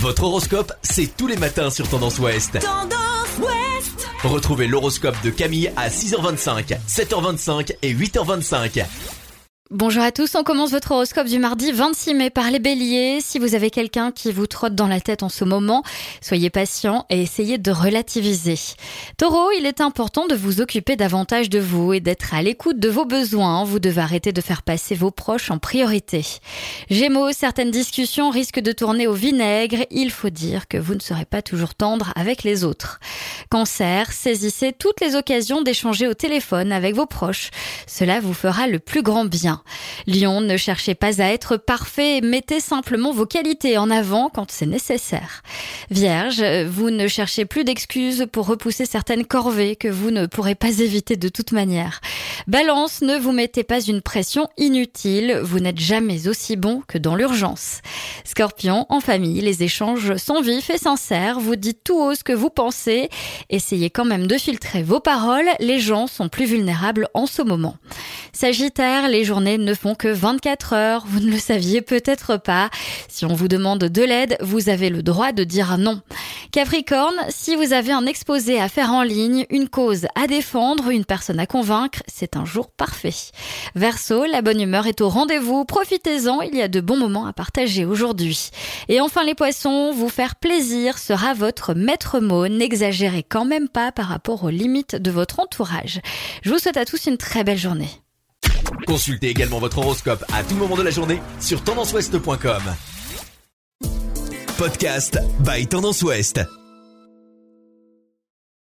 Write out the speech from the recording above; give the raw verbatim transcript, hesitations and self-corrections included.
Votre horoscope, c'est tous les matins sur Tendance Ouest. Tendance Ouest. Retrouvez l'horoscope de Camille à six heures vingt-cinq, sept heures vingt-cinq et huit heures vingt-cinq. Bonjour à tous, on commence votre horoscope du mardi vingt-six mai par les béliers. Si vous avez quelqu'un qui vous trotte dans la tête en ce moment, soyez patient et essayez de relativiser. Taureau, il est important de vous occuper davantage de vous et d'être à l'écoute de vos besoins. Vous devez arrêter de faire passer vos proches en priorité. Gémeaux, certaines discussions risquent de tourner au vinaigre. Il faut dire que vous ne serez pas toujours tendre avec les autres. Cancer, saisissez toutes les occasions d'échanger au téléphone avec vos proches. Cela vous fera le plus grand bien. Lion, ne cherchez pas à être parfait, mettez simplement vos qualités en avant quand c'est nécessaire. Vierge, vous ne cherchez plus d'excuses pour repousser certaines corvées que vous ne pourrez pas éviter de toute manière. Balance, ne vous mettez pas une pression inutile, vous n'êtes jamais aussi bon que dans l'urgence. Scorpion, en famille, les échanges sont vifs et sincères, vous dites tout haut ce que vous pensez, essayez quand même de filtrer vos paroles, les gens sont plus vulnérables en ce moment. Sagittaire, les journées ne font que vingt-quatre heures, vous ne le saviez peut-être pas. Si on vous demande de l'aide, vous avez le droit de dire non. Capricorne, si vous avez un exposé à faire en ligne, une cause à défendre, une personne à convaincre, c'est un jour parfait. Verseau, la bonne humeur est au rendez-vous, profitez-en, il y a de bons moments à partager aujourd'hui. Et enfin les poissons, vous faire plaisir sera votre maître mot, n'exagérez quand même pas par rapport aux limites de votre entourage. Je vous souhaite à tous une très belle journée. Consultez également votre horoscope à tout moment de la journée sur tendance ouest point com. Podcast by Tendance Ouest.